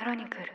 クロニクル。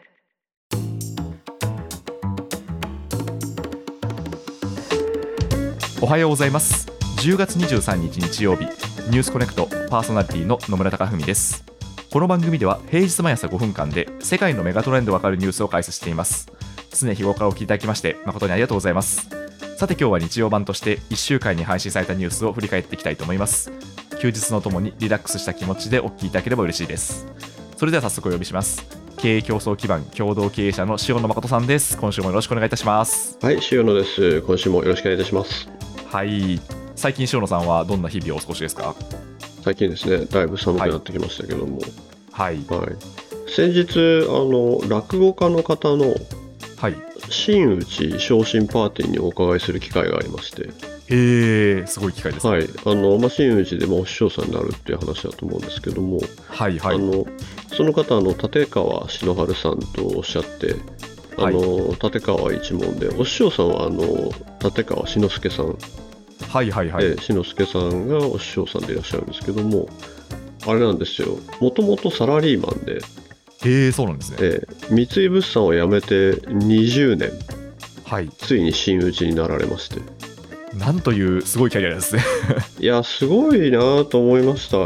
おはようございます。10月23日日曜日、ニュースコネクトパーソナリティの野村貴文です。この番組では平日毎朝5分間で世界のメガトレンドわかるニュースを解説しています。常日頃からお聞きいただきまして誠にありがとうございます。さて今日は日曜版として1週間に配信されたニュースを振り返っていきたいと思います。休日のともにリラックスした気持ちでお聞きいただければ嬉しいです。それでは早速お呼びします。経営競争基盤共同経営者の塩野誠さんです。今週もよろしくお願いいたします。 はい、塩野です。今週もよろしくお願いいたします。 はい、最近塩野さんはどんな日々をお過ごしですか？ 最近ですね、だいぶ寒くなってきましたけども、 はいはい、先日落語家の方のはい、 真打ち昇進パーティーにお伺いする機会がありまして、 すごい機会ですね。 はい、真打ちでお師匠さんになるっていう話だと思うんですけども、 はいはい、 その方立川篠原さんとおっしゃって、 はい、 立川一門で、お師匠さんは立川志の輔さん、 はいはいはい、 志の輔さんがお師匠さんでいらっしゃるんですけども、あれなんですよ、もともとサラリーマンで、 そうなんですね。 三井物産を辞めて20年、 はい、 ついに真打ちになられまして、 なんというすごいキャリアですね。 いやすごいなと思いました。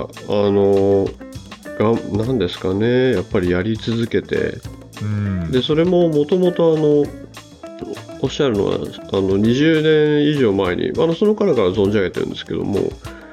なんですかね、やっぱりやり続けて、でそれももともとおっしゃるのは20年以上前にその彼から存じ上げてるんですけども、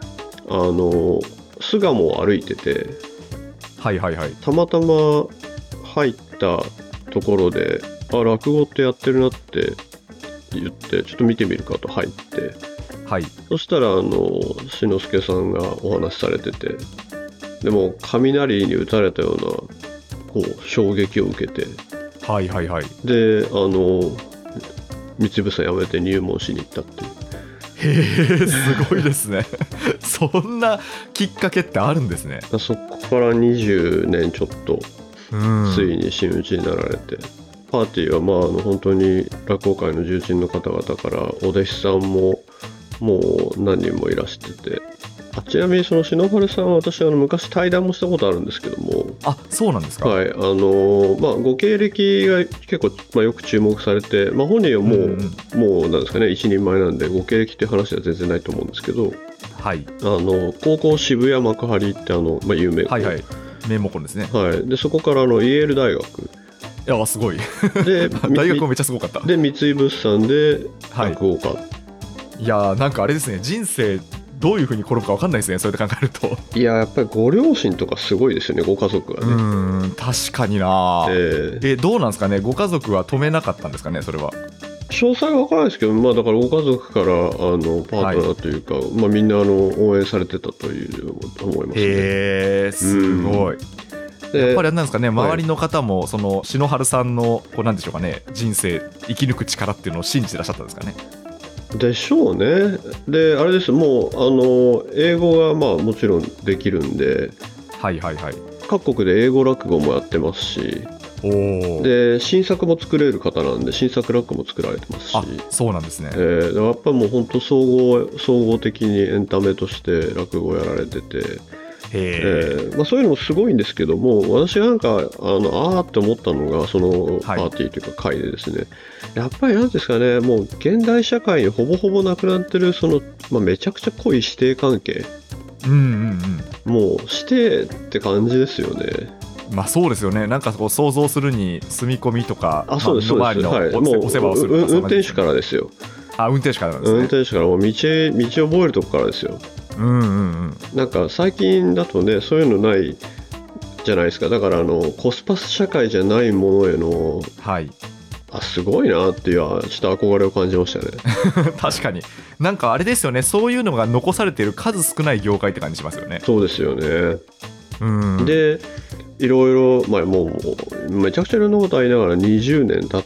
巣鴨を歩いてて、 はいはいはい、 たまたま入ったところで落語ってやってるなって言って、ちょっと見てみるかと入って、 はい、 そしたら志の輔さんがお話しされてて、でも雷に打たれたような衝撃を受けて、 はいはいはい、 で三井物産辞めて入門しに行ったっていう。 すごいですね。そんなきっかけってあるんですね。 そこから20年ちょっと、ついに真打ちになられて、パーティーは本当に落語界の重鎮の方々からお弟子さんももう何人もいらしてて、ちなみにその篠原さんは私昔対談もしたことあるんですけども。 あ、そうなんですか。 はい、ご経歴が結構、よく注目されて、本人はもうなんですかね、一人前なんでご経歴っていう話は全然ないと思うんですけど、 はい、 高校渋谷幕張って有名校、 はいはい、名門校ですね。 はい、でそこからイェール大学、 いやすごいで大学もめっちゃすごかった。 で三井物産で落語家、 いやなんかあれですね、人生どういう風に転ぶか分かんないですね、それで考えると。 いややっぱりご両親とかすごいですよね、ご家族はね。 確かにな。どうなんですかね、ご家族は止めなかったんですかね、それは。 詳細は分からないですけど、だからご家族からパートナーというか、みんな応援されてたという思いますね。 すごい。やっぱりあれなんですかね、周りの方もその篠原さんのなんでしょうかね、人生生き抜く力っていうのを信じてらっしゃったんですかね。 でしょうね。であれです、もう英語がもちろんできるんで、 はいはいはい、各国で英語落語もやってますし、で新作も作れる方なんで新作落語も作られてますし。 あ、そうなんですね。 やっぱりもう本当総合的にエンタメとして落語をやられてて、そういうのもすごいんですけども、私がなんかって思ったのが、そのパーティーというか会でですね、やっぱりなんですかね、もう現代社会にほぼほぼなくなってるめちゃくちゃ濃い師弟関係、もう師弟って感じですよね。 そうですよね。なんか想像するに住み込みとか、 そうですそうです、 の周りのお世話をするとか、 運転手からですよ。 運転手からなんですね。 運転手からもう道覚えるとこからですよ。なんか最近だとね、そういうのないじゃないですか。だからコスパ社会じゃないものへの、すごいなっていう、ちょっと憧れを感じましたね。 確かになんかあれですよね、そういうのが残されている数少ない業界って感じしますよね。 そうですよね。でいろいろ、もうめちゃくちゃいろんなことありながら20年経って、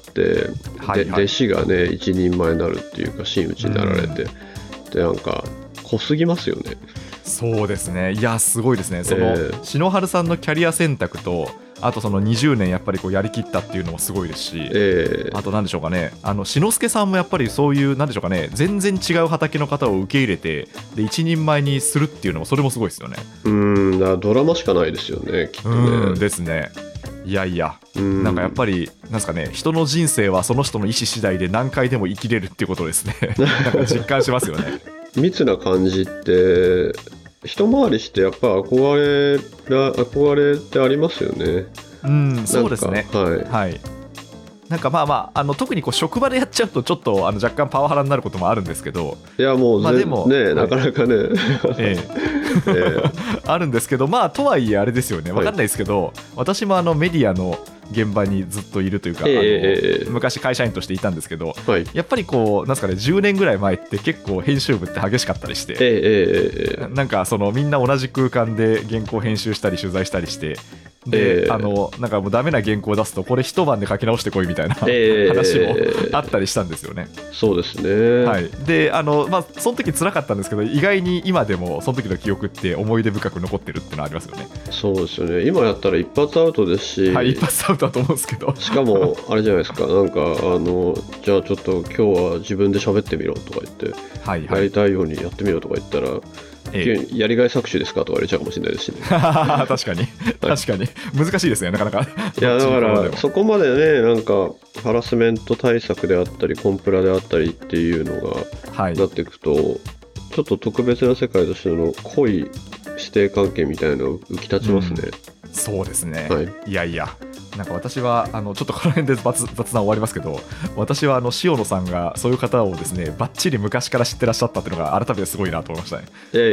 弟子がね一人前になるっていうか真打ちになられて、でなんか濃すぎますよね。 そうですね。いやすごいですね。その篠原さんのキャリア選択と、あとその20年やっぱりやりきったっていうのもすごいですし、あと何でしょうかね、志の輔さんもやっぱりそういう何でしょうかね、全然違う畑の方を受け入れて、で一人前にするっていうのもそれもすごいですよね。 だからドラマしかないですよね、きっとね。 ですね。 いやいや、なんかやっぱりなんですかね、人の人生はその人の意思次第で何回でも生きれるっていうことですね。なんか実感しますよね。 密な感じって一回りしてやっぱ憧れってありますよね。 そうですね。 はい。 なんか特にこう職場でやっちゃうとちょっと若干パワハラになることもあるんですけど、 いやもうでもね、なかなかね、 あるんですけど、とはいえあれですよね、分かんないですけど、私もメディアの現場にずっといるというか、昔会社員としていたんですけど、やっぱりこうなんですかね、10年ぐらい前って結構編集部って激しかったりして、なんかみんな同じ空間で原稿編集したり取材したりして、でなんかもうダメな原稿を出すとこれ一晩で書き直してこいみたいな、話もあったりしたんですよね。 そうですね。 はい、でその時辛かったんですけど、意外に今でもその時の記憶って思い出深く残ってるっていうのはありますよね。 そうですよね。今やったら一発アウトですし、 一発アウトだと思うんですけど、 しかもあれじゃないですか、なんかじゃあちょっと今日は自分で喋ってみろとか言って、やりたいようにやってみろとか言ったら、やりがい搾取ですかとか言われちゃうかもしれないですしね。 確かに難しいですね、なかなか。 いやだからそこまでね、なんかハラスメント対策であったりコンプラであったりっていうのがなっていくと、ちょっと特別な世界としての濃い師弟関係みたいなのを浮き立ちますね。 そうですね。いやいや、なんか私はちょっとこの辺で雑談終わりますけど、私は塩野さんがそういう方をですねバッチリ昔から知ってらっしゃったっていうのが改めてすごいなと思いましたね。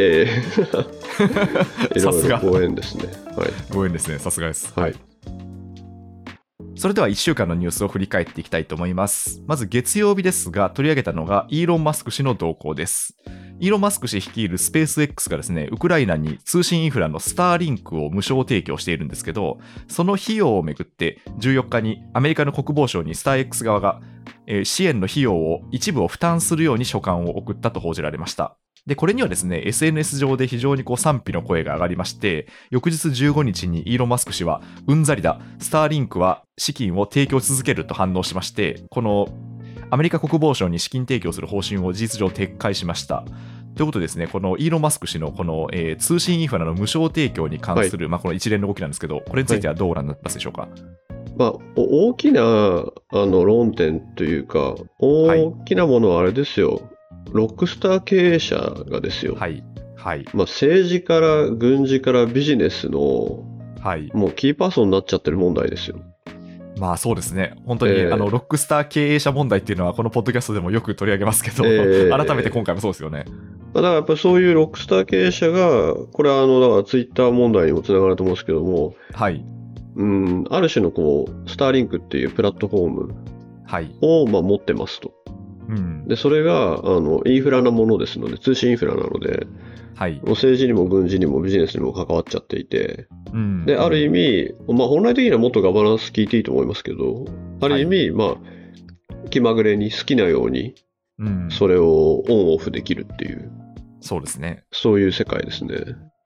さすがご縁ですね。 ご縁ですね、さすがです。 はい。 それでは1週間のニュースを振り返っていきたいと思います。まず月曜日ですが、取り上げたのがイーロン・マスク氏の動向です。イーロン・マスク氏率いるスペース X がですね、ウクライナに通信インフラのスターリンクを無償提供しているんですけど、その費用をめぐって14日にアメリカの国防省にスター X 側が、支援の費用を一部を負担するように書簡を送ったと報じられました。で、これにはですね、SNS 上で非常に賛否の声が上がりまして、翌日15日にイーロン・マスク氏は、うんざりだ、スターリンクは資金を提供し続けると反応しまして、このアメリカ国防省に資金提供する方針を事実上撤回しました。ということでですね、このイーロン・マスク氏のこの、通信インフラの無償提供に関する、この一連の動きなんですけど、これについてはどうご覧になってますでしょうか。 大きな論点というか、大きなものはあれですよ。ロックスター経営者がですよ、政治から軍事からビジネスの、もうキーパーソンになっちゃってる問題ですよ。 そうですね、本当に、ロックスター経営者問題っていうのはこのポッドキャストでもよく取り上げますけど、改めて今回もそうですよね。 だからやっぱりそういうロックスター経営者が、これはだからツイッター問題にもつながると思うんですけども、ある種のスターリンクっていうプラットフォームを持ってますと。でそれがインフラなものですので、通信インフラなので、政治にも軍事にもビジネスにも関わっちゃっていて、である意味、本来的にはもっとガバナンス効いていいと思いますけど、ある意味、気まぐれに好きなようにそれをオンオフできるっていう、 そうですね、 そういう世界ですね。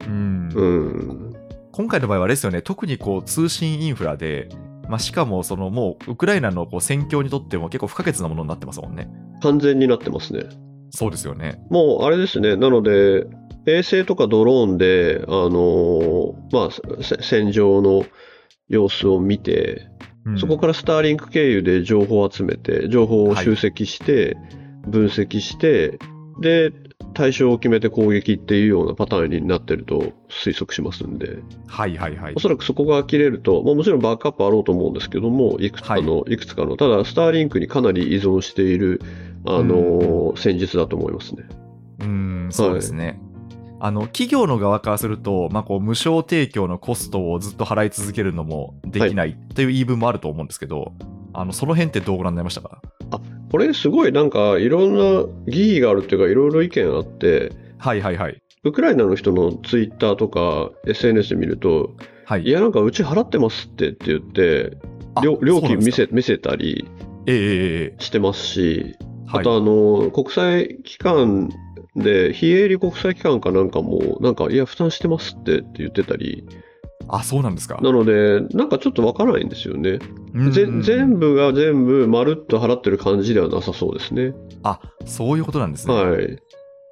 今回の場合はあれですよね、特に通信インフラで、しかももうウクライナの戦況にとっても結構不可欠なものになってますもんね。 完全になってますね。 そうですよね。 もうあれですね、なので衛星とかドローンで戦場の様子を見て、そこからスターリンク経由で情報を集めて、情報を集積して分析して、で対象を決めて攻撃っていうようなパターンになってると推測しますんで、おそらくそこが切れると、もちろんバックアップあろうと思うんですけども、いくつかの、ただスターリンクにかなり依存している戦術だと思いますね。 そうですね。企業の側からすると、無償提供のコストをずっと払い続けるのもできないという言い分もあると思うんですけど、その辺ってどうご覧になりましたか？ これすごいなんかいろんな疑義があるっていうか、いろいろ意見あって、ウクライナの人のツイッターとか SNS で見ると、いやなんかうち払ってますって言って料金見せたりしてますし、あと国際機関で非営利国際機関かなんかもなんかいや負担してますって言ってたり。 そうなんですか。 なのでなんかちょっとわからないんですよね。全部が全部まるっと払ってる感じではなさそうですね。 そういうことなんですね。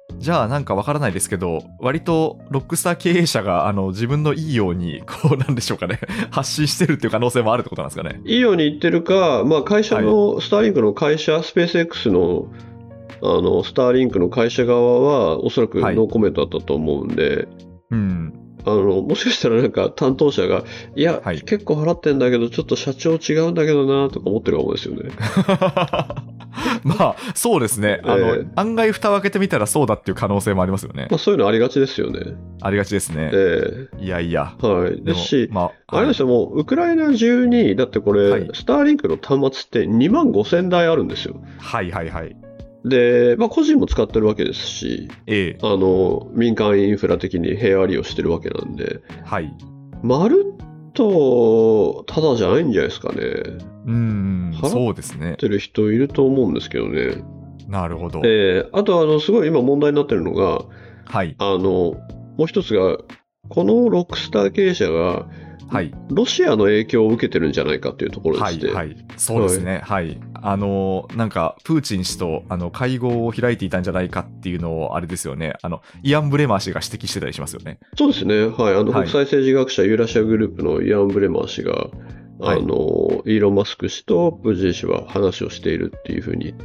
じゃあなんかわからないですけど、割とロックスター経営者が自分のいいようにこうなんでしょうかね発信してるっていう可能性もあるってことなんですかね。 いいように言ってるか、まあ、会社の、スターリンクの会社、スペース X のスターリンクの会社側はおそらくノーコメントだったと思うんで、もしかしたらなんか担当者がいや、結構払ってんだけどちょっと社長違うんだけどなとか思ってるかもですよね。 まあそうですね、案外蓋を開けてみたらそうだっていう可能性もありますよね。 まあ、そういうのありがちですよね。 ありがちですね。いやいや、 はいですし、あれですよ、もうウクライナ中にだってこれ、スターリンクの端末って2万5000台あるんですよ。 はいはいはい。 で、まあ、個人も使ってるわけですし、民間インフラ的に部屋利用してるわけなんで、まるっとただじゃないんじゃないですかね。 そうですね。 払ってる人いると思うんですけどね。 なるほど。 あとすごい今問題になってるのが、もう一つがこのロックスター経営者がロシアの影響を受けてるんじゃないかっていうところでして、 そうですね、なんかプーチン氏と会合を開いていたんじゃないかっていうのをあれですよね、イアン・ブレマー氏が指摘してたりしますよね。 そうですね、国際政治学者ユーラシアグループのイアン・ブレマー氏がイーロン・マスク氏とプーチン氏は話をしているっていうふうに言って、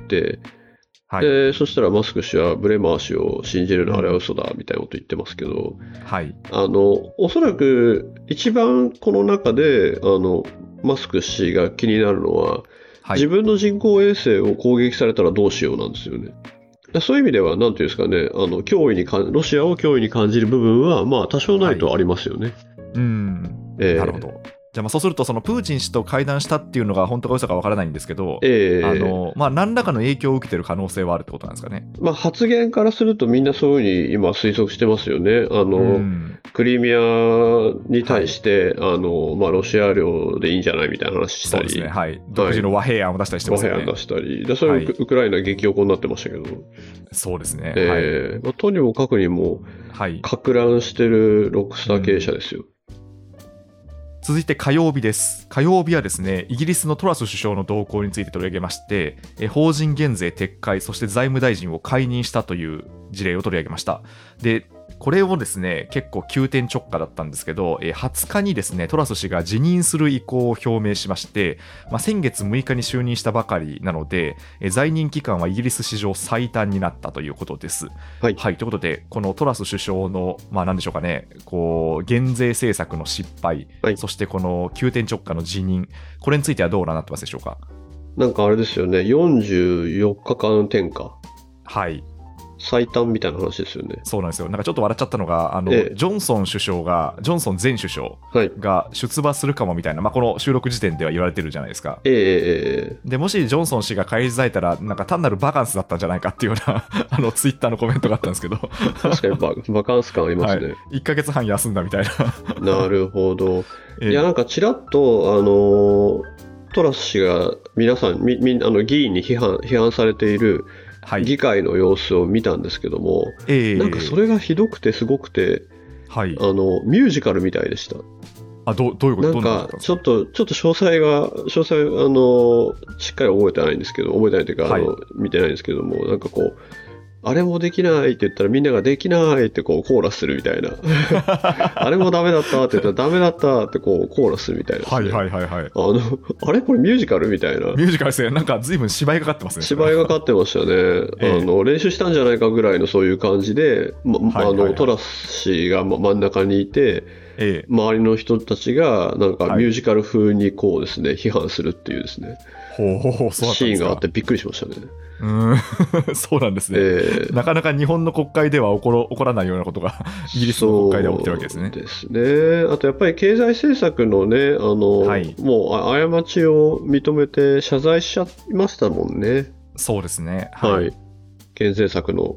そしたらマスク氏はブレマー氏を信じるのあれは嘘だみたいなこと言ってますけど、おそらく一番この中でマスク氏が気になるのは、自分の人工衛星を攻撃されたらどうしようなんですよね。そういう意味ではなんていうんですかね、ロシアを脅威に感じる部分はまあ多少ないとありますよね。 なるほど。じゃあそうするとそのプーチン氏と会談したっていうのが本当か嘘かわからないんですけど、何らかの影響を受けてる可能性はあるってことなんですかね。 発言からするとみんなそういうふうに今推測してますよね。クリミアに対して、ロシア領でいいんじゃないみたいな話したり、 独自の和平案を出したりしてますよね。 和平案出したりで、それはウクライナ激おこになってましたけど、 そうですね、 とにもかくにも撹乱してるロックスター経営者ですよ。 続いて火曜日です。火曜日はですね、イギリスのトラス首相の動向について取り上げまして、法人減税撤回、そして財務大臣を解任したという事例を取り上げました。で、これをですね、結構急転直下だったんですけど、20日にですね、トラス氏が辞任する意向を表明しまして、先月6日に就任したばかりなので、在任期間はイギリス史上最短になったということです。ということで、このトラス首相の、何でしょうかね、減税政策の失敗、そしてこの急転直下の辞任、これについてはどうなってますでしょうか。 なんかあれですよね、44日間転嫁。最短みたいな話ですよね。 そうなんですよ。なんかちょっと笑っちゃったのが、ジョンソン前首相が出馬するかもみたいな、この収録時点では言われてるじゃないですか。でもしジョンソン氏が返り咲いたら、なんか単なるバカンスだったんじゃないかっていうようなツイッターのコメントがあったんですけど確かにバカンス感ありますね。 1ヶ月半休んだみたいななるほど。いや、なんかちらっとトラス氏が皆さん議員に批判されている議会の様子を見たんですけども、なんかそれがひどくてすごくて、ミュージカルみたいでした。 どういうこと？ なんかちょっと詳細しっかり覚えてないんですけど、覚えてないというか、見てないんですけども、なんかあれもできないって言ったらみんなができないってコーラスするみたいなあれもダメだったって言ったらダメだったってコーラスするみたいな、あれこれミュージカルみたいな。 ミュージカルですね。なんか随分芝居がかってますね。 芝居がかってましたね。練習したんじゃないかぐらいのそういう感じで、トラス氏が真ん中にいて、周りの人たちがなんかミュージカル風にですね、批判するっていうですね、シーンがあってびっくりしましたね。 そうなんですね。なかなか日本の国会では起こらないようなことがイギリスの国会では起きてるわけですね。 そうですね。あとやっぱり経済政策のね、もう過ちを認めて謝罪しちゃいましたもんね。 そうですね。 減税策の。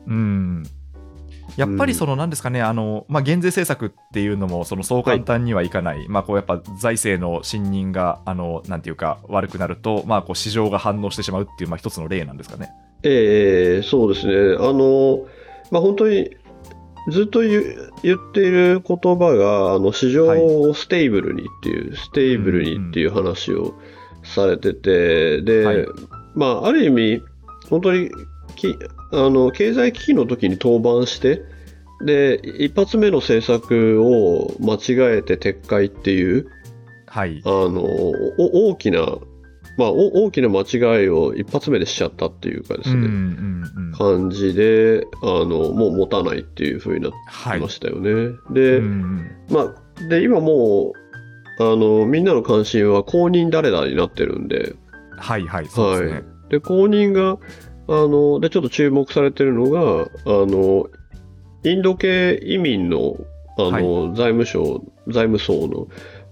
やっぱり何ですかね、減税政策っていうのもそう簡単にはいかない、やっぱ財政の信認がなんていうか悪くなると、市場が反応してしまうっていう一つの例なんですかね。 そうですね。本当にずっと言っている言葉が市場をステーブルにっていう話をされてて、で、ある意味本当に経済危機の時に登板して、で一発目の政策を間違えて撤回っていう、 はい、 大きな大きな間違いを一発目でしちゃったっていうかですね、感じでもう持たないっていう風になってましたよね。はい、で、で今もうみんなの関心は後任誰だになってるんで、 はいはい、そうですね。はい、 で後任がでちょっと注目されてるのがインド系移民の財務層の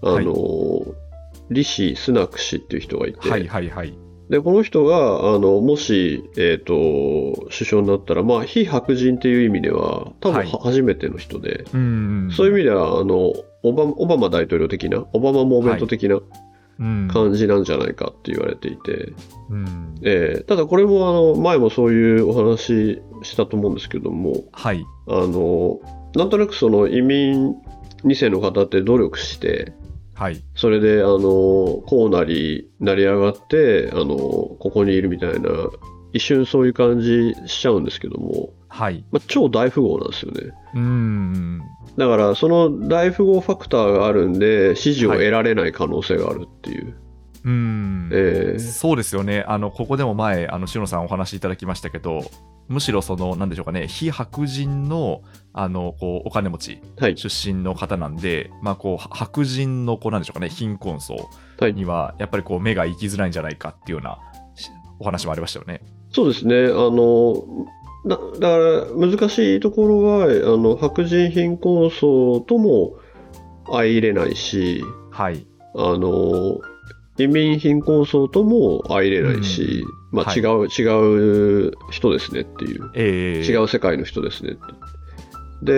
リシ・スナク氏っていう人がいて、 はいはいはい、 でこの人がもし、首相になったら、非白人っていう意味では多分初めての人で、そういう意味ではオバマ大統領的なオバマモーメント的な感じなんじゃないかって言われていて、ただこれも前もそういうお話したと思うんですけども、はい、なんとなくその移民2世の方って努力して、はい、それでこう成り上がってここにいるみたいな、一瞬そういう感じしちゃうんですけども、はい、超大富豪なんですよね。だからその大富豪ファクターがあるんで支持を得られない可能性があるっていう、 そうですよね。ここでも前篠野さんお話しいただきましたけど、むしろその何でしょうかね、非白人のこうお金持ち出身の方なんで、こう白人の何でしょうかね、貧困層にはやっぱりこう目が行きづらいんじゃないかっていうようなお話もありましたよね。 そうですね。だから難しいところは白人貧困層とも相入れないし、はい、移民貧困層とも相入れないし、違う人ですねっていう、違う世界の人ですねって。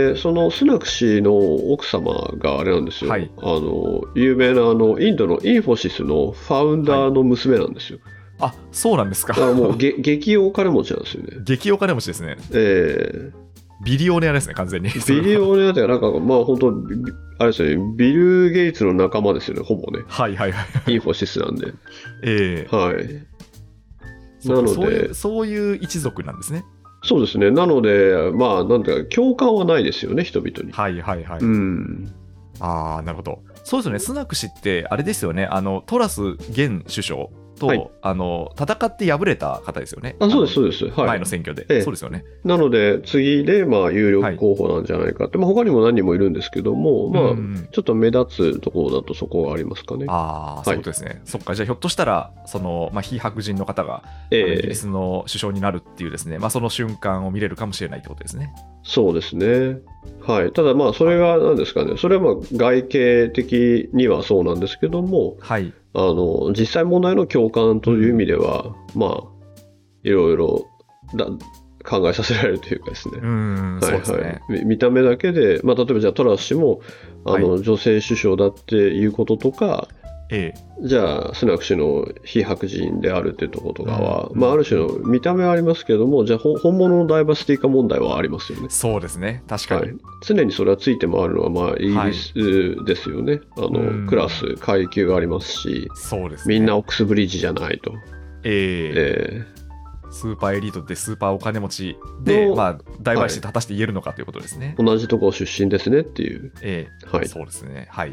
でそのスナク氏の奥様があれなんですよ、はい、有名なインドのインフォシスのファウンダーの娘なんですよ。 はい、あ、そうなんですか。 だからもう激お金持ちなんですよね。 激お金持ちですね。ビリオネアですね、完全に。 ビリオネアってなんか本当あれですよね、ビル・ゲイツの仲間ですよね、ほぼね。はいはいはい。インフォシスなんで。はい。なのでそういう一族なんですね。 そうですね。なのでなんていうか共感はないですよね、人々に。 はいはいはい。ああ、なるほど。そうですよね。スナク氏ってあれですよね。トラス現首相と、はい、戦って敗れた方ですよね。 そうですそうです、はい、 前の選挙で、そうですよね。 なので次で有力候補なんじゃないかって、他にも何人もいるんですけども、ちょっと目立つところだとそこがありますかね。 そうですね。そっか。じゃあひょっとしたら非白人の方がイギリスの首相になるっていうですね、その瞬間を見れるかもしれないってことですね。 そうですね。はい。ただそれが何ですかね。それは外形的にはそうなんですけども、はい。実際問題の共感という意味では、いろいろ考えさせられるというかですね。そうですね。見た目だけで、例えばじゃあトラス氏も女性首相だっていうこととか、じゃあスナク氏の非白人であるっていうところとかは、ある種の見た目はありますけども、じゃあ本物のダイバーシティ化問題はありますよね。 そうですね、確かに、 常にそれはついて回るのはイギリスですよね。クラス階級がありますし、そうですね、みんなオックスブリッジじゃないと。スーパーエリートでスーパーお金持ちで、ダイバーシティ果たして言えるのかということですね。 同じところ出身ですねっていう。 そうですね。はい。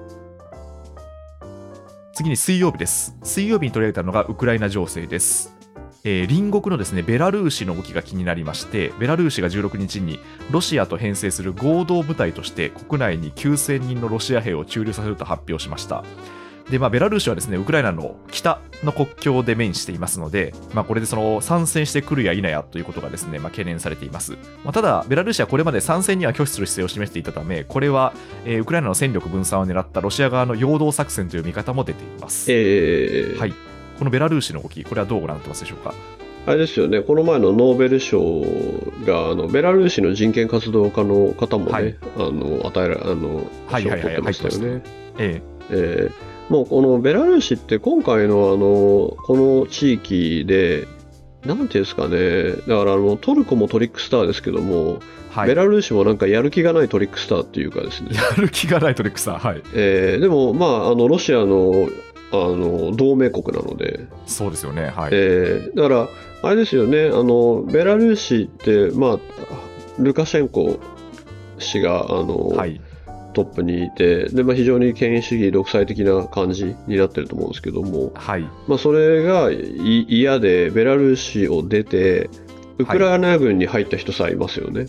次に水曜日です。水曜日に取り上げたのがウクライナ情勢です。隣国のですね、ベラルーシの動きが気になりまして、ベラルーシが16日にロシアと編成する合同部隊として国内に9000人のロシア兵を駐留させると発表しました。で、ベラルーシはですね、ウクライナの北の国境で面していますので、これでその参戦してくるや否やということがですね、懸念されています。ただ、ベラルーシはこれまで参戦には拒否する姿勢を示していたため、これは、ウクライナの戦力分散を狙ったロシア側の陽動作戦という見方も出ています。はい。このベラルーシの動き、これはどうご覧になってますでしょうか。 あれですよね、この前のノーベル賞がベラルーシの人権活動家の方もね、賞を取ってましたよね。もうこのベラルーシって今回のこの地域でなんていうんですかね、だからトルコもトリックスターですけども、ベラルーシもなんかやる気がないトリックスターっていうかですね、 やる気がないトリックスター、はい。 でもロシアの同盟国なので。 そうですよね。はい。 だからあれですよね、ベラルーシって、ルカシェンコ氏がはい、 トップにいて、で、非常に権威主義独裁的な感じになってると思うんですけども、 はい、 それが嫌でベラルーシを出てウクライナ軍に入った人さえいますよね。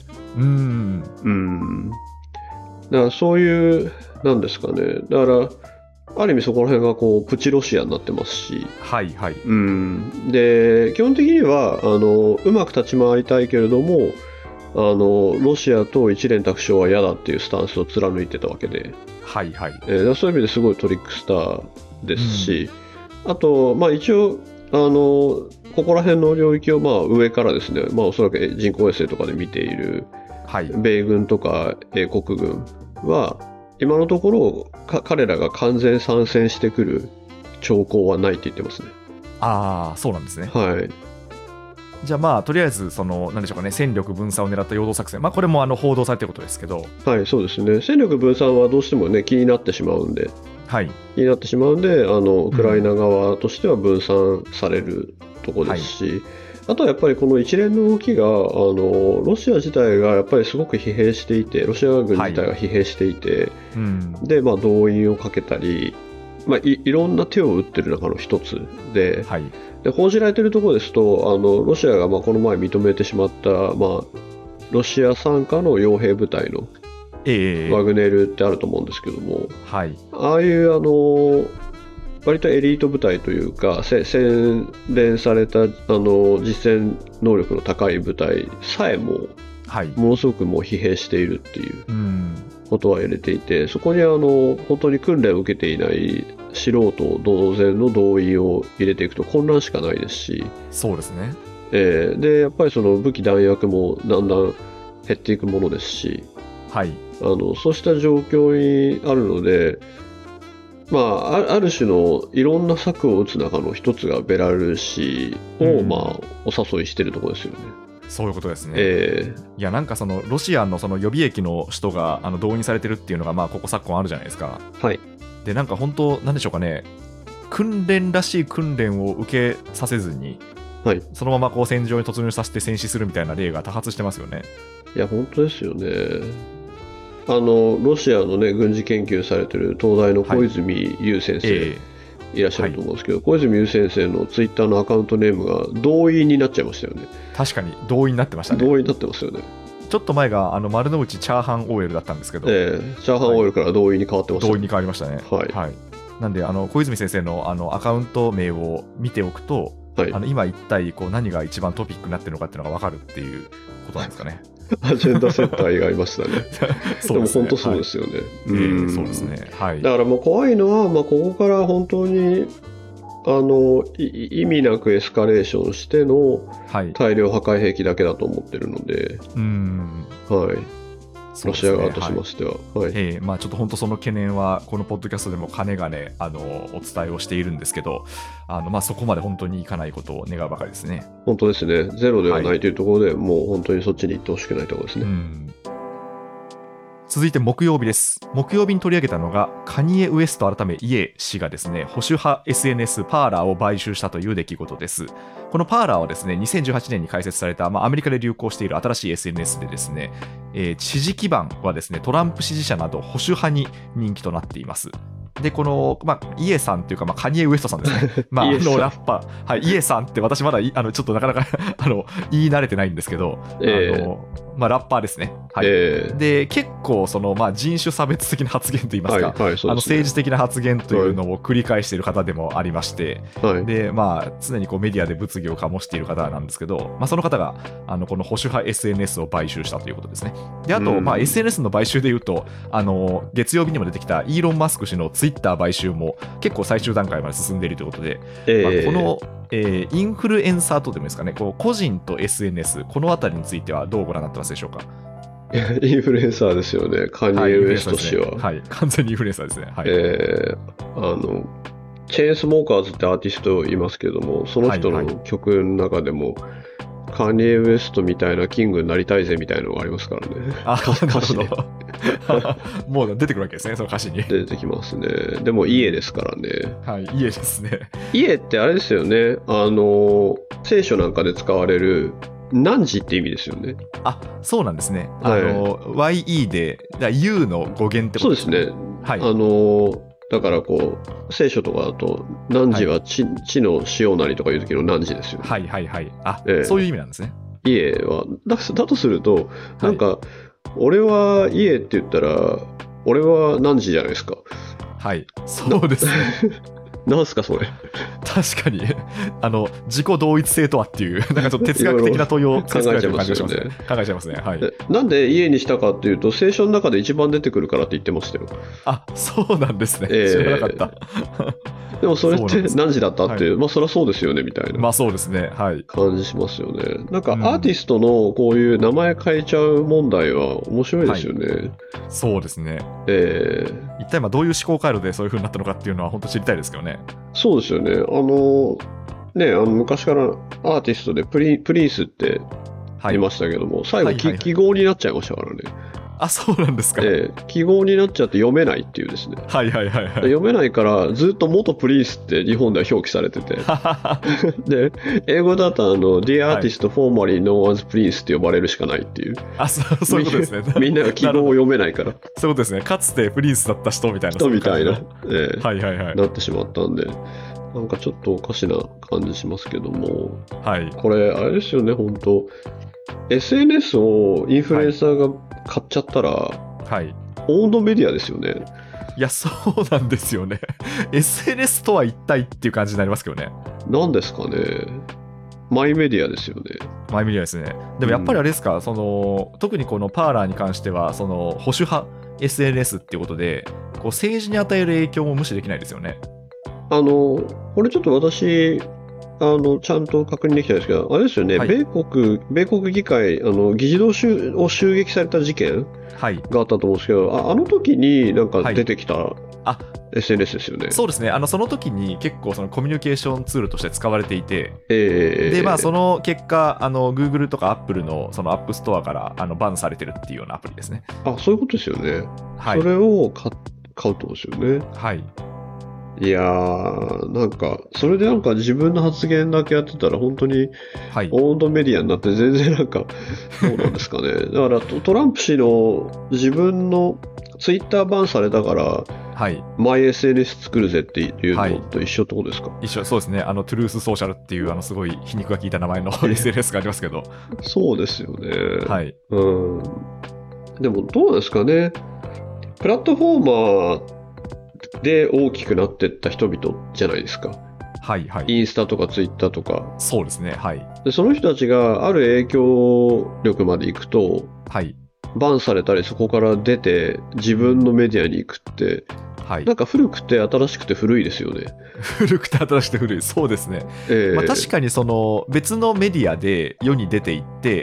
だからそういうなんですかね、だからある意味そこら辺がこうプチロシアになってますし、 はいはい、 で基本的にはうまく立ち回りたいけれどもロシアと一連卓勝は嫌だっていうスタンスを貫いてたわけで、 はいはい、 そういう意味ですごいトリックスターですし、あと、一応ここら辺の領域を上からですね、おそらく人工衛星とかで見ている米軍とか英国軍は今のところ彼らが完全参戦してくる兆候はないって言ってますね。 ああ、そうなんですね。 はい。 じゃあとりあえず何でしょうかね、戦力分散を狙った陽動作戦、これも報道されていることですけど、 はい、そうですね。戦力分散はどうしてもね気になってしまうんで、気になってしまうんでウクライナ側としては分散されるところですし、あとはやっぱりこの一連の動きがロシア自体がやっぱりすごく疲弊していて、ロシア軍自体が疲弊していて、で動員をかけたり、いろんな手を打ってる中の一つで、で報じられているところですとロシアがこの前認めてしまった、ロシア傘下の傭兵部隊のワグネルってあると思うんですけども、ああいう割とエリート部隊というか洗練された実戦能力の高い部隊さえも、ものすごくもう疲弊しているっていうことは入れていて、そこに本当に訓練を受けていない素人同然の動員を入れていくと混乱しかないですし、 そうですね。 でやっぱりその武器弾薬もだんだん減っていくものですし、そうした状況にあるので、ある種のいろんな策を打つ中の一つがベラルーシを、お誘いしてるところですよね。 そういうことですね。いやなんかロシアのその予備役の人が動員されてるっていうのがここ昨今あるじゃないですか。でなんか本当なんでしょうかね、訓練らしい訓練を受けさせずに、そのままこう戦場に突入させて戦死するみたいな例が多発してますよね。 いや本当ですよね。ロシアのね軍事研究されてる東大の小泉悠先生、いらっしゃると思うんですけど、小泉悠先生のツイッターのアカウントネームが動員になっちゃいましたよね。 確かに動員になってましたね。 動員になってますよね。 ちょっと前が丸の内チャーハン OL だったんですけど、 チャーハン OL から動員に変わってました、 動員に変わりましたね。なんで小泉先生のアカウント名を見ておくと、今一体こう何が一番トピックになってるのかっていうのが分かるっていうことなんですかね。 アジェンダセッターがいましたね。でも本当そうですよね。 そうですね。 だからもう怖いのは、ここから本当に意味なくエスカレーションしての大量破壊兵器だけだと思ってるので、ロシア側としましては、ちょっと本当その懸念はこのポッドキャストでもかねがねお伝えをしているんですけど、そこまで本当にいかないことを願うばかりですね。 本当ですね。ゼロではないというところで、もう本当にそっちに行ってほしくないところですね。 続いて木曜日です。木曜日に取り上げたのがカニエ・ウエスト改めイエ氏がですね、保守派 SNS パーラーを買収したという出来事です。このパーラーはですね、2018年に開設された、アメリカで流行している新しい SNS でですね、支持基盤はですね、トランプ支持者など保守派に人気となっています。でこの、イエさんというか、カニエ・ウエストさんですね。ラッパー、イエさんって私まだちょっとなかなか言い慣れてないんですけど、ラッパーですね。で結構人種差別的な発言といいますか、政治的な発言というのを繰り返している方でもありまして、で常にこうメディアで物議を醸している方なんですけど、その方がこの保守派 SNS を買収したということですね。であと、SNS の買収でいうと月曜日にも出てきたイーロン・マスク氏のツイッター買収も結構最終段階まで進んでいるということで、このインフルエンサーとでもいいですかね、こう個人と SNS このあたりについてはどうご覧になってますでしょうか。 インフルエンサーですよね、カニエ・ウエスト氏は。 完全にインフルエンサーですね。 チェーンスモーカーズってアーティストいますけども、その人の曲の中でも、カニエ・ウエストみたいなキングになりたいぜみたいなのがありますからね。 なるほど。 もう出てくるわけですね、その歌詞に。 出てきますね。でも家ですからね。 はい、家ですね。 家ってあれですよね。聖書なんかで使われる汝って意味ですよね。 あ、そうなんですね。 はい YE で、U の語源ってことですね。 そうですね。 はい。 だからこう、聖書とかだと、汝は地の塩なりとかいう時の汝ですよね。 はいはいはい。あ、 ええそういう意味なんですね。 家は、だとすると、なんか、俺は家って言ったら、俺は汝じゃないですか。 はい。そうですね。 なんすか、それ。 確かに、自己同一性とはっていう、なんかちょっと哲学的な問いを突きつけられてる感じがしますね。考えちゃいますね。はい。 なんで家にしたかっていうと、聖書の中で一番出てくるからって言ってましたよ。 あ、そうなんですね。知らなかった。 でもそれって何時だったって、 はい、 まあそりゃそうですよねみたいな。 まあそうですね。はい。 感じしますよね。なんかアーティストのこういう名前変えちゃう問題は面白いですよね。はい、 そうですね。一体どういう思考回路でそういう風になったのかっていうのは本当知りたいですけどね。 そうですよね。昔からアーティストでプリンスって言いましたけども、最後、記号になっちゃいましたからね。 あ、そうなんですか。 記号になっちゃって読めないっていうですね。 はいはいはい、はい。 読めないからずっと元プリンスって日本では表記されてて。で、英語だとThe Artist Formerly Known as Prince って呼ばれるしかないっていう。 あ、そういうことですね。 みんなが記号を読めないから。 そういうことですね。かつてプリンスだった人みたいな。 みたいな。 はいはいはい。 なってしまったんで。なんかちょっとおかしな感じしますけども。 はい。 これ、あれですよね、本当SNS をインフルエンサーが買っちゃったら、 はい。 オウンドメディアですよね。 いや、そうなんですよね。SNS とは一体っていう感じになりますけどね。 なんですかね。マイメディアですよね。 マイメディアですね。でもやっぱりあれですか、特にこのパーラーに関しては、保守派 SNS っていうことで、こう政治に与える影響も無視できないですよね。 これちょっと私、ちゃんと確認できたんですけど、あれですよね、はい、米国議会、議事堂を襲撃された事件があったと思うんですけど、あの時になんか出てきた、SNS ですよね。 そうですね、その時に結構コミュニケーションツールとして使われていて、でその結果、Google とか Apple のその App Store からバンされてるっていうようなアプリですね。 あ、そういうことですよね。はい、それを買うとですよね。 はい。 いやー、なんか、それでなんか自分の発言だけやってたら、本当に、オウンドメディアになって、全然なんか、どうなんですかね。だからトランプ氏の自分のツイッターバンされたから、はい、マイ SNS 作るぜっていうのと一緒ってことですか？ 一緒、そうですね。トゥルースソーシャルっていうすごい皮肉が効いた名前のSNS がありますけど。 そうですよね。 はい。 でもどうなんですかね。プラットフォーマーで大きくなっていった人々じゃないですか。 はいはい。 インスタとかツイッターとか。 そうですね。はい。 でその人たちがある影響力まで行くと、 はい。 バンされたりそこから出て自分のメディアに行くって、はい、なんか古くて新しくて古いですよね。 古くて新しくて古い。そうですね。確かに別のメディアで世に出ていって、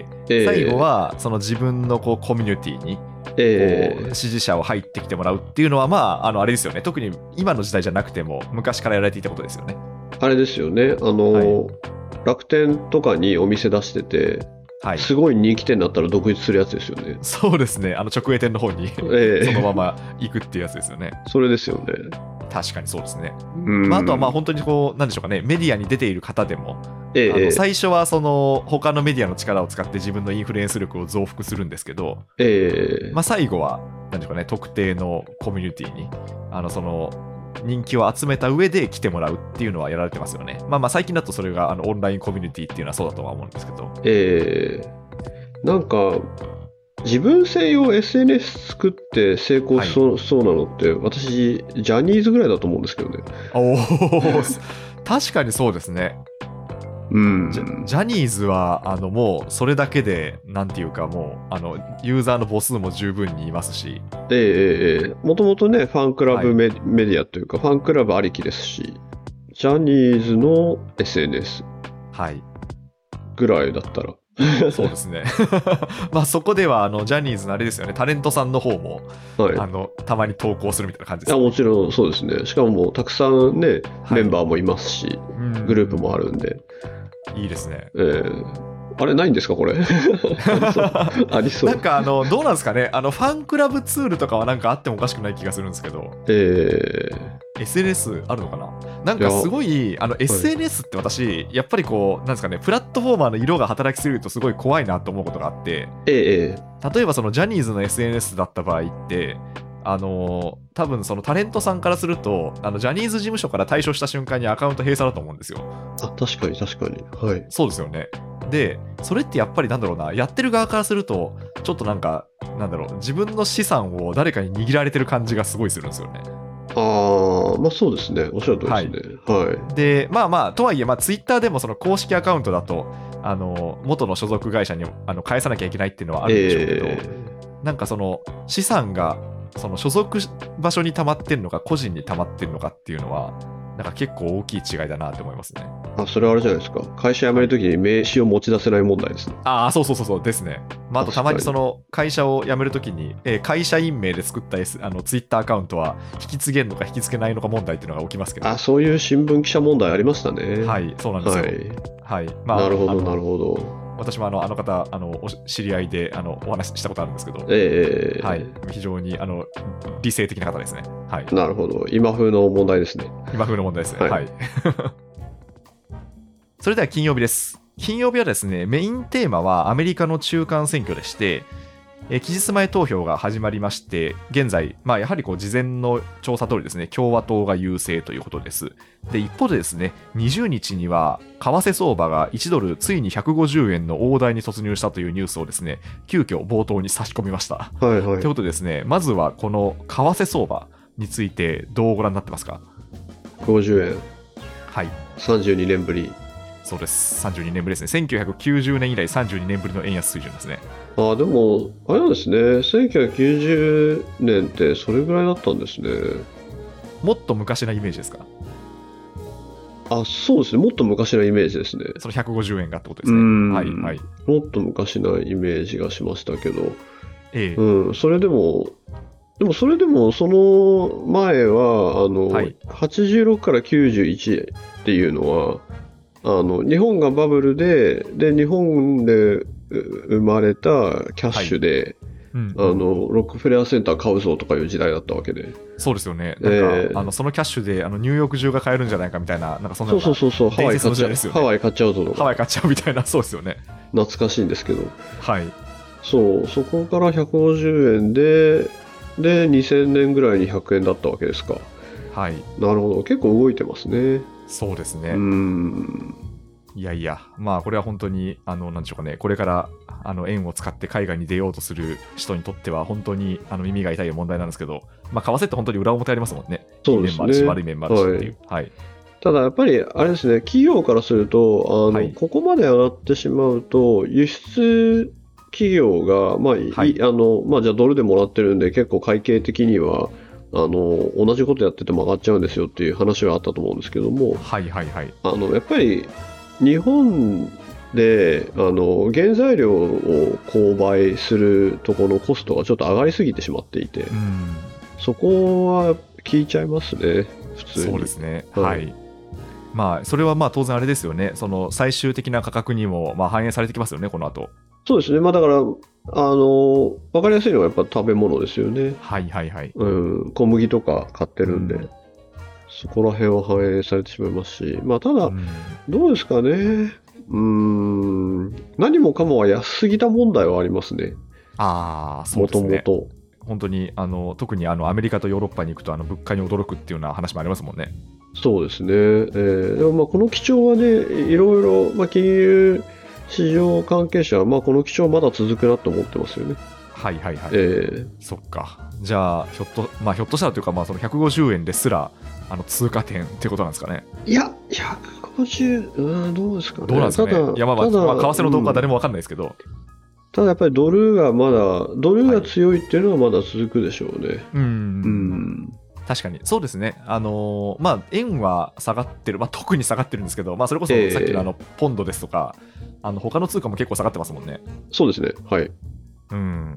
最後は自分のコミュニティに支持者を入ってきてもらうっていうのはあれですよね。特に今の時代じゃなくても昔からやられていたことですよね。 あれですよね。楽天とかにお店出してて、はい、すごい人気店になったら独立するやつですよね。 そうですね。直営店の方に、そのまま行くっていうやつですよね。 それですよね。 確かにそうですね。あとは本当になんでしょうかね、メディアに出ている方でも、最初は他のメディアの力を使って自分のインフルエンス力を増幅するんですけど、最後はなんでしょうかね、特定のコミュニティに人気を集めた上で来てもらうっていうのはやられてますよね。最近だとそれがオンラインコミュニティっていうのはそうだとは思うんですけど。 なんか自分専用 SNS 作って成功しそうなのって、私ジャニーズぐらいだと思うんですけどね。 確かにそうですね。ジャニーズはもうそれだけでなんていうかもうユーザーの母数も十分にいますし、 もともとねファンクラブメディアというか、ファンクラブありきですし、ジャニーズの SNS ぐらいだったらそうですね。そこではジャニーズのあれですよね、タレントさんの方も、たまに投稿するみたいな感じです、ね。 もちろんそうですね。しかももうたくさんね、メンバーもいますし、グループもあるんで。 いいですね。 あれないんですかこれ。ありそう。 なんかどうなんですかね、ファンクラブツールとかはなんかあってもおかしくない気がするんですけど、SNS あるのかな。なんかすごいSNS って私やっぱりこうなんですかね、プラットフォーマーの色が働きすぎるとすごい怖いなと思うことがあって、例えばそのジャニーズの SNS だった場合って多分そのタレントさんからするとジャニーズ事務所から退所した瞬間にアカウント閉鎖だと思うんですよ。 あ、確かに確かに。はい。 そうですよね。でそれってやっぱりなんだろうな、やってる側からするとちょっとなんかなんだろう、自分の資産を誰かに握られてる感じがすごいするんですよね。 まあそうですね、おっしゃる通りですね。はい。 でまあまあとはいえ、ツイッターでもその公式アカウントだと元の所属会社に返さなきゃいけないっていうのはあるんでしょうけど、なんかその資産がその所属場所に溜まってるのか個人に溜まってるのかっていうのはなんか結構大きい違いだなって思いますね。 それはあれじゃないですか、会社辞めるときに名刺を持ち出せない問題ですね。 そうですね。あとたまにその会社を辞めるときに、会社員名で作った、ツイッターアカウントは引き継げるのか引き継げないのか問題っていうのが起きますけど。 そういう新聞記者問題ありましたね。 はい、そうなんですよ。はい。 なるほどなるほど。 私もあの方知り合いでお話ししたことあるんですけど、はい、非常に理性的な方ですね。はい。 なるほど、今風の問題ですね。 今風の問題ですね。はい。それでは金曜日です。金曜日はですね、メインテーマはアメリカの中間選挙でして、期日前投票が始まりまして、現在、やはりこう事前の調査通りですね、共和党が優勢ということです。で、一方でですね、20日には為替相場が1ドルついに150円の大台に突入したというニュースをですね、急遽冒頭に差し込みました。ということでですね、まずはこの為替相場についてどうご覧になってますか ？150円。 はい。 32年ぶり。 そうです。32年ぶりですね。1990年以来32年ぶりの円安水準ですね。 でも、あれなんですね。1990年ってそれぐらいだったんですね。 もっと昔なイメージですか？ そうですね。もっと昔なイメージですね。 その150円がってことですね。はいはい。 もっと昔なイメージがしましたけど。それでもその前は86から91っていうのは日本がバブルで日本で生まれたキャッシュで、ロックフェラーセンター買うぞとかいう時代だったわけで。 そうですよね。なんかそのキャッシュでニューヨーク中が買えるんじゃないかみたいな、なんかそんなそうハワイ買っちゃうぞとか、 ハワイ買っちゃうみたいな。そうですよね。 懐かしいんですけど、 はい。 そこから150円で2000年ぐらいに100円だったわけですか。 はい。 なるほど、結構動いてますね。 そうですね。いやいや、これは本当になんでしょうかね、これから円を使って海外に出ようとする人にとっては本当に耳が痛い問題なんですけど、為替って本当に裏表ありますもんね。 そうですね。いい面もあるし悪い面もあるしっていう。はい。 ただやっぱりあれですね、企業からするとここまで上がってしまうと輸出企業がじゃあドルでもらってるんで結構会計的には同じことやってても上がっちゃうんですよっていう話はあったと思うんですけども、やっぱり日本で原材料を購買するところのコストがちょっと上がりすぎてしまっていて、そこは効いちゃいますね、普通に。 そうですね。はい。それは当然あれですよね、その最終的な価格にも反映されてきますよね、この後。 そうですね。だから分かりやすいのはやっぱ食べ物ですよね。小麦とか買ってるんで、そこら辺は反映されてしまいますし、ただ、どうですかね。何もかもは安すぎた問題はありますね。 そうですね。 もともと本当に特にアメリカとヨーロッパに行くと物価に驚くっていうような話もありますもんね。 そうですね。でもこの基調はね、いろいろ、金融市場関係者はこの基調まだ続くなと思ってますよね。 そっか。じゃあひょっとしたらというか、その150円ですら通過点ってことなんですかね。 いや、150、どうですかね。 どうなんですかね。いや、為替の動向は誰も分かんないですけど、 ただやっぱりドルが強いっていうのはまだ続くでしょうね。 確かにそうですね。円は下がってる、特に下がってるんですけど、それこそさっきのポンドですとか、他の通貨も結構下がってますもんね。 そうですね。はい。 うん、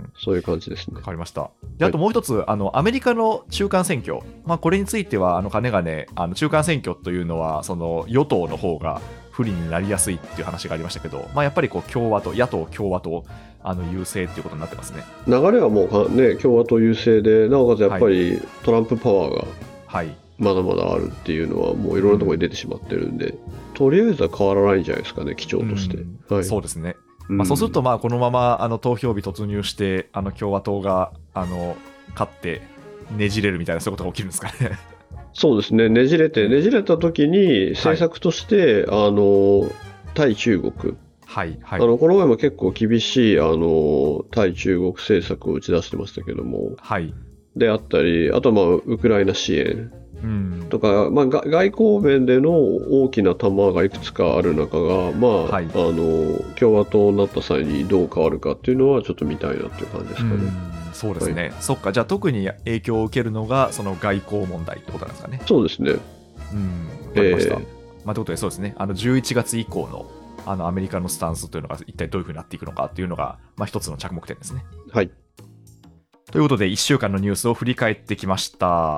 そういう感じですね。 わかりました。であともう一つ、アメリカの中間選挙、これについてはかねがね中間選挙というのはその与党の方が不利になりやすいっていう話がありましたけど、やっぱりこう野党共和党優勢っていうことになってますね。 流れはもうね、共和党優勢で、なおかつやっぱりトランプパワーがまだまだあるっていうのはもういろんなところに出てしまってるんで、とりあえずは変わらないんじゃないですかね、基調として。 そうですね。そうするとこのまま投票日突入して共和党が勝ってねじれるみたいな、そういうことが起きるんですかね。 そうですね、ねじれた時に政策として、対中国、この前も結構厳しい対中国政策を打ち出してましたけども、であったり、あとはウクライナ支援とか、外交面での大きな玉がいくつかある中が、共和党になった際にどう変わるかっていうのはちょっと見たいなっていう感じですかね。 そうですね、そっか、じゃあ特に影響を受けるのがその外交問題ってことなんですかね。 そうですね。 わかりました。ということで、そうですね、11月以降のアメリカのスタンスというのが一体どういうふうになっていくのかっていうのが、一つの着目点ですね。 はい。 ということで1週間のニュースを振り返ってきました。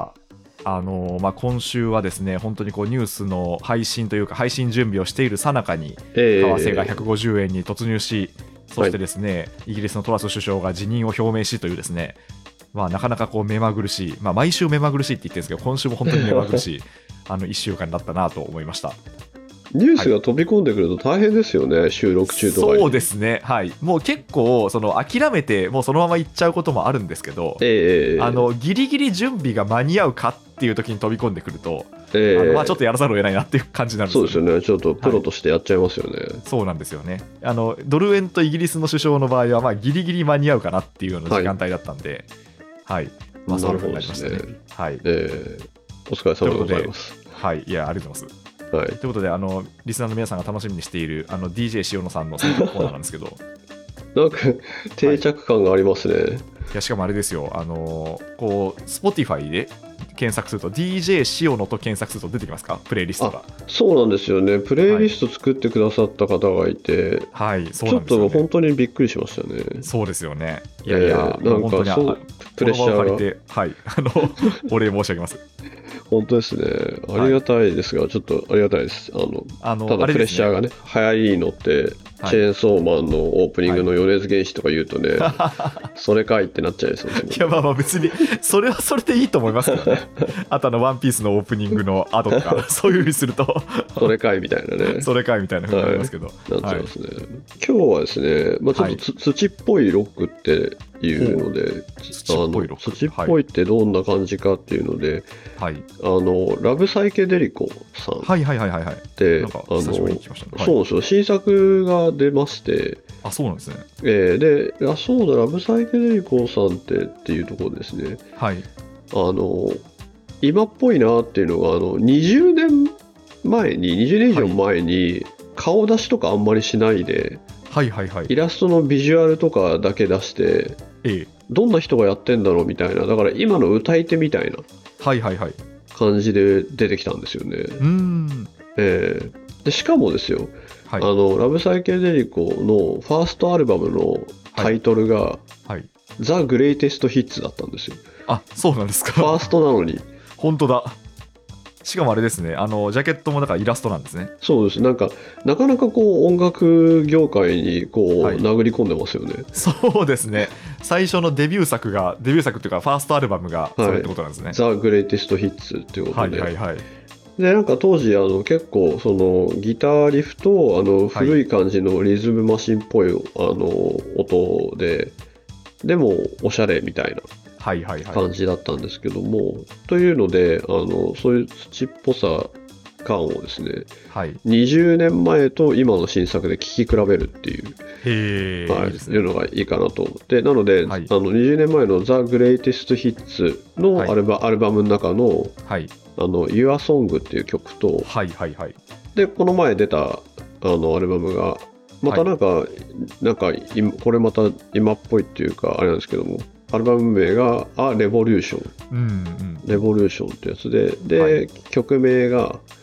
今週はですね、本当にこうニュースの配信というか配信準備をしている最中に為替が150円に突入し、そしてですね、イギリスのトラス首相が辞任を表明しというですね、なかなかこう目まぐるしい、毎週目まぐるしいって言ってるんですけど、今週も本当に目まぐるしい1週間だったなと思いました。 ニュースが飛び込んでくると大変ですよね、収録中とかに。 そうですね、もう結構諦めてもうそのまま行っちゃうこともあるんですけど、ギリギリ準備が間に合うかっていう時に飛び込んでくると、ちょっとやらざるを得ないなっていう感じになるんですよね。 そうですよね、ちょっとプロとしてやっちゃいますよね。 そうなんですよね。ドル円とイギリスの首相の場合はギリギリ間に合うかなっていうような時間帯だったんで、そういうふうになりましたね。 お疲れ様でございます。 いや、ありがとうございます。ということでリスナーの皆さんが楽しみにしているDJ 塩野さんの選挙コーナーなんですけどなんか定着感がありますね。 いや、しかもあれですよ、こう Spotify で検索すると DJ 塩野と検索すると出てきますか、プレイリストが。 そうなんですよね、プレイリスト作ってくださった方がいて、 そうなんですよね、 ちょっと本当にびっくりしましたね。 そうですよね。いやいや、なんかプレッシャーが借りて、お礼申し上げます。 本当ですね、ありがたいですが、ちょっとありがたいです。ただプレッシャーがね、早いのって、チェーンソーマンのオープニングの米津玄師とか言うとね、それかいってなっちゃいそうですね。 いや、別にそれはそれでいいと思いますけどね。あとワンピースのオープニングの後とかそういう風にするとそれかいみたいなね、 それかいみたいな風になりますけど、 なっちゃいますね。今日はですね、ちょっと土っぽいロックっていうので、土っぽいってどんな感じかっていうので、ラブサイケデリコさんで、そうなんですよ、新作が出まして、 そうなんですね。 で、そうだ、ラブサイケデリコさんっていうところですね。今っぽいなっていうのが、20年以上前に顔出しとかあんまりしないで、イラストのビジュアルとかだけ出して、どんな人がやってんだろうみたいな、だから今の歌い手みたいな感じで出てきたんですよね。でしかもですよ、ラブサイケデリコのファーストアルバムのタイトルが、ザ・グレイテスト・ヒッツだったんですよ。 そうなんですか。 ファーストなのに。 本当だ。しかもあれですね、ジャケットもだからイラストなんですね。 そうです。なかなかこう音楽業界にこう殴り込んでますよね。 そうですね。最初のデビュー作っていうかファーストアルバムがそれってことなんですね。 ザ・グレイテスト・ヒッツっていうことで。で当時結構そのギターリフと古い感じのリズムマシンっぽい音でもおしゃれみたいな感じだったんですけども、というのでそういう土っぽさ感をですね、20年前と今の新作で聴き比べるっていういうのがいいかなと思って、なので、20年前のザ・グレイテスト・ヒッツのアルバムの中のYour Song っていう曲と、でこの前出たアルバムがまたなんかこれまた今っぽいっていうかあれなんですけども、アルバム名がレボリューションってやつで、曲名が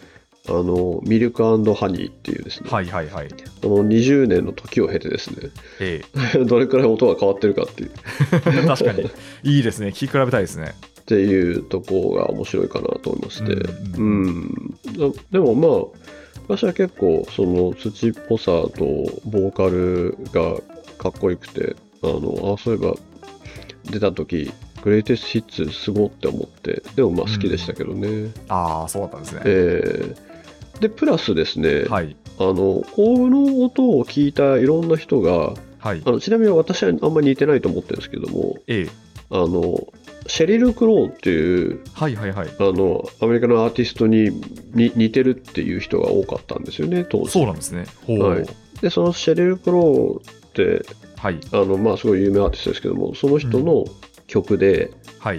ミルク&ハニーっていうですね、 はいはいはい。 その20年の時を経てですね、どれくらい音が変わってるかっていう確かにいいですね、聞き比べたいですね。 っていうところが面白いかなと思いまして、でもまあ私は結構その土っぽさとボーカルがかっこよくて、そういえば出た時グレイテストヒッツすごって思って、でもまあ好きでしたけどね。 ああ、そうだったんですね。 でプラスですね、 はい、 この音を聞いたいろんな人が、 はい、 ちなみに私はあんまり似てないと思ってるんですけども、シェリル・クローンっていう、 はいはいはい、 アメリカのアーティストに似てるっていう人が多かったんですよね、当時。 そうなんですね。 はい、でそのシェリル・クローンって、 はい、 まあ、すごい有名アーティストですけども、その人の曲で、 はい、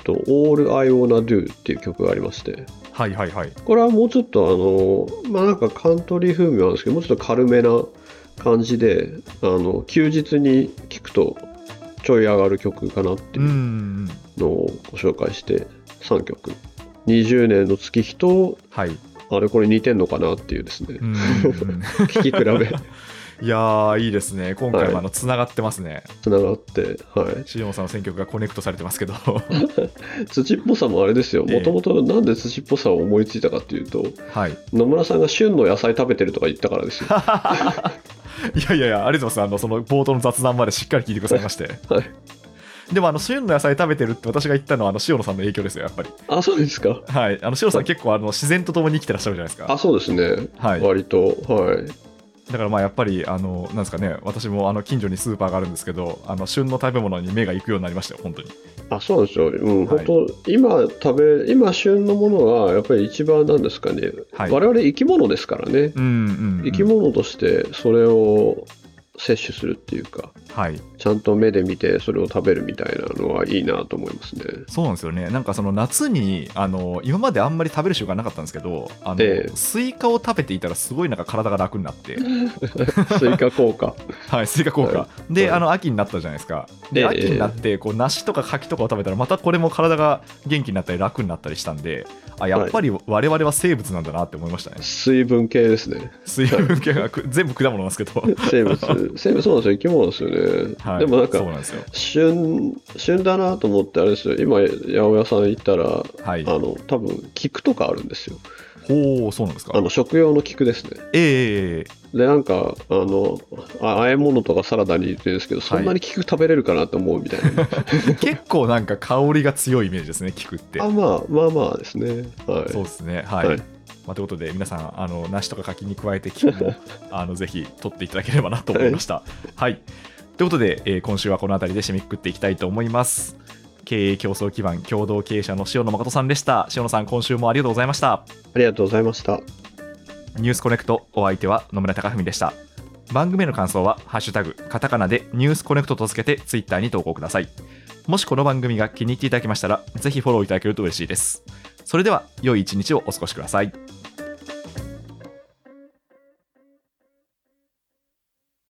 All I Wanna Do っていう曲がありまして、 はいはいはい、 これはもうちょっとまあなんかカントリー風味なんですけど、もうちょっと軽めな感じで、休日に聴くとちょい上がる曲かなっていうのをご紹介して3曲、20年の月日と、 はい、 あれこれ似てんのかなっていうですね聞き比べいやーいいですね、今回もつながってますね、 つながって、はい、 塩野さんの選曲がコネクトされてますけど土っぽさもあれですよ、もともとなんで土っぽさを思いついたかっていうと、野村さんが旬の野菜食べてるとか言ったからですよいやありがとうございます。その冒頭の雑談までしっかり聞いてくださいましてはいでも旬の野菜食べてるって私が言ったのは塩野さんの影響ですよ、やっぱり。 あ、そうですか。 はい、塩野さん結構自然と共に生きてらっしゃるじゃないですか。 あ、そうですね、はい、割と、はい。 だからまあやっぱりなんですかね、私も近所にスーパーがあるんですけど、旬の食べ物に目が行くようになりましたよ、本当に。 あ、そうなんですよ、本当今旬のものはやっぱり一番なんですかね、我々生き物ですからね、生き物としてそれを摂取するっていうか、ちゃんと目で見てそれを食べるみたいなのはいいなと思いますね。 そうなんですよね。なんかその夏に今まであんまり食べる習慣なかったんですけど、スイカを食べていたらすごいなんか体が楽になってスイカ効果はいスイカ効果、で秋になったじゃないですか。で秋になって梨とか柿とかを食べたらまたこれも体が元気になったり楽になったりしたんで、やっぱり我々は生物なんだなって思いましたね。 水分系ですね。 水分系が全部果物なんですけど生物そうなんですよ、生き物ですよね。でもなんか旬だなと思ってあれですよ、今八百屋さん行ったら、多分菊とかあるんですよ。 ほう、そうなんですか。 食用の菊ですね。でなんか和え物とかサラダに入れてるんですけど、そんなに菊食べれるかなと思うみたいな、 結構なんか香りが強いイメージですね、菊って。 まあですね。 そうですね。はい。ということで皆さん梨とか柿に加えて菊もぜひ取っていただければなと思いました。はい。ということで、今週はこの辺りで締めくくっていきたいと思います。経営競争基盤共同経営者の塩野誠さんでした。塩野さん、今週もありがとうございました。 ありがとうございました。 ニュースコネクト、お相手は野村貴文でした。番組への感想はハッシュタグカタカナでニュースコネクトとつけてツイッターに投稿ください。もしこの番組が気に入っていただけましたら、ぜひフォローいただけると嬉しいです。それでは良い一日をお過ごしください。